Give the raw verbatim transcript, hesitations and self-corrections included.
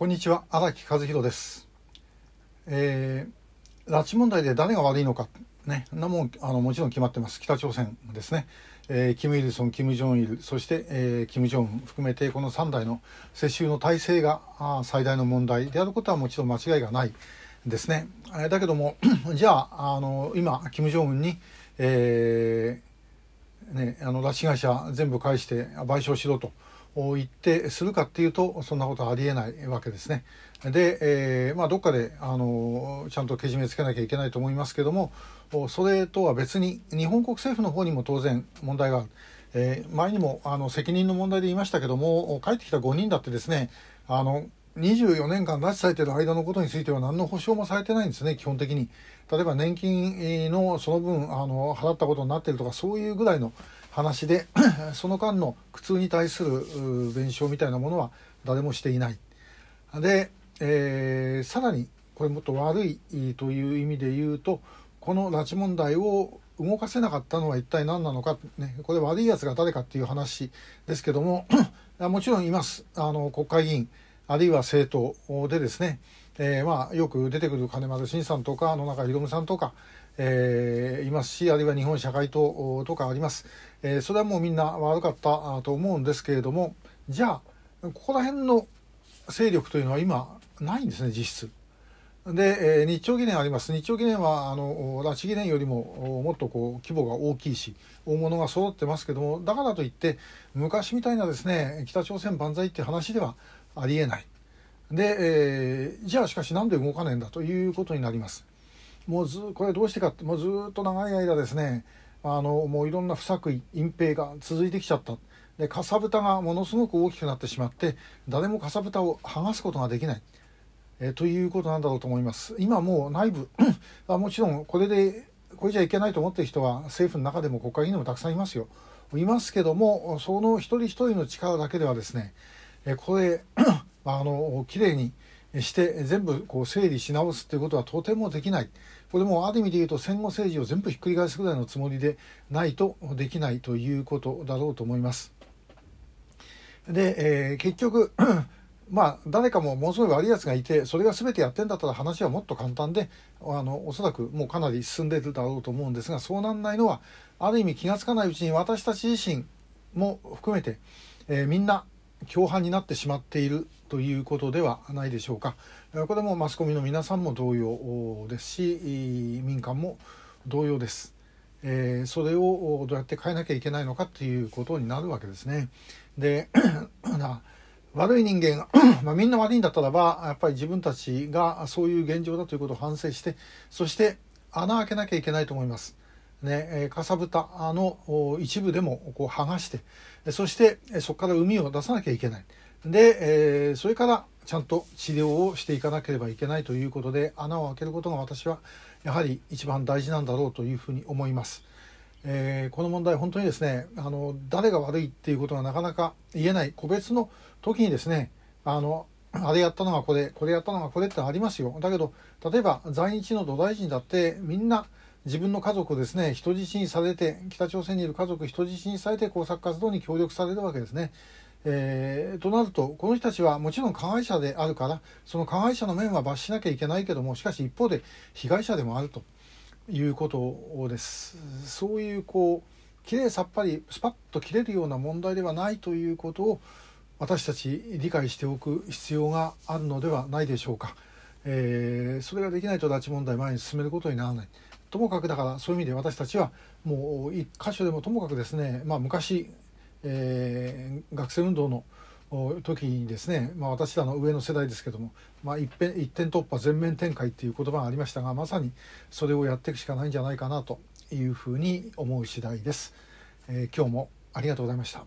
こんにちは、荒木和弘です。えー、拉致問題で誰が悪いのか、ね、なもんあのもちろん決まってます。北朝鮮ですね、えー、キム・イルソン、キム・ジョンイル、そして、えー、キム・ジョンウン含めてこのさん代の世襲の体制が最大の問題であることはもちろん間違いがないですね。えー、だけどもじゃあ、あの今キム・ジョンウンに、えーね、あの拉致会社全部返して賠償しろと言ってするかっていうと、そんなことはありえないわけですね。で、えーまあ、どっかであのちゃんとけじめつけなきゃいけないと思いますけども、それとは別に日本国政府の方にも当然問題がある。えー、前にもあの責任の問題で言いましたけども、帰ってきたごにんだってですね、あのにじゅうよねんかん拉致されている間のことについては何の保証もされてないんですね、基本的に。例えば年金のその分あの払ったことになっているとか、そういうぐらいの話でその間の苦痛に対する弁償みたいなものは誰もしていない。で、えー、さらにこれもっと悪いという意味で言うと、この拉致問題を動かせなかったのは一体何なのか、ね、これ悪いやつが誰かっていう話ですけどももちろんいます。あの国会議員あるいは政党でですね、えー、まあよく出てくる金丸信さんとか野中宏さんとか、えー、いますし、あるいは日本社会党とかあります。えー、それはもうみんな悪かったと思うんですけれども、じゃあここら辺の勢力というのは今ないんですね、実質。で、えー、日朝議連あります。日朝議連はあの拉致議連よりももっとこう規模が大きいし大物が揃ってますけども、だからといって昔みたいなですね、北朝鮮万歳っていう話ではありえない。で、えー、じゃあしかしなんで動かねえんだということになります。もうずこれどうしてかって、もうずっと長い間ですね、あのもういろんな不作為隠蔽が続いてきちゃった。で、かさぶたがものすごく大きくなってしまって、誰もかさぶたを剥がすことができない、えということなんだろうと思います。今もう内部もちろんこれでこれじゃいけないと思っている人は政府の中でも国会議員でもたくさんいますよ。いますけども、その一人一人の力だけではですね、えこれあのきれいにして全部こう整理し直すということはとてもできない。これもある意味で言うと戦後政治を全部ひっくり返すぐらいのつもりでないとできないということだろうと思います。で、えー、結局まあ誰かもものすごい悪いやつがいて、それが全てやってんだったら話はもっと簡単で、あのおそらくもうかなり進んでいるだろうと思うんですが、そうなんないのはある意味気がつかないうちに私たち自身も含めて、えー、みんな共犯になってしまっているということではないでしょうか。これもマスコミの皆さんも同様ですし、民間も同様です。えー、それをどうやって変えなきゃいけないのかということになるわけですね。で悪い人間まあ、みんな悪いんだったらば、やっぱり自分たちがそういう現状だということを反省して、そして穴を開けなきゃいけないと思います。ね、かさぶたの一部でもこう剥がして、そしてそこから膿を出さなきゃいけない。で、えー、それからちゃんと治療をしていかなければいけないということで、穴を開けることが私はやはり一番大事なんだろうというふうに思います。えー、この問題本当にですね、あの誰が悪いっていうことがなかなか言えない。個別の時にですね、あのあれやったのがこれ、これやったのがこれってありますよ。だけど例えば在日の土大臣だってみんな自分の家族ですね、人質にされて、北朝鮮にいる家族人質にされて工作活動に協力されるわけですね。えー、となるとこの人たちはもちろん加害者であるから、その加害者の面は罰しなきゃいけないけども、しかし一方で被害者でもあるということです。そういうこうきれいさっぱりスパッと切れるような問題ではないということを私たち理解しておく必要があるのではないでしょうか。えー、それができないと拉致問題前に進めることにならない。ともかくだから、そういう意味で私たちはもう一箇所でもともかくですね、まあ、昔、えー、学生運動の時にですね、まあ、私らの上の世代ですけども、まあ、一遍一点突破全面展開っていう言葉がありましたが、まさにそれをやっていくしかないんじゃないかなというふうに思う次第です。えー、今日もありがとうございました。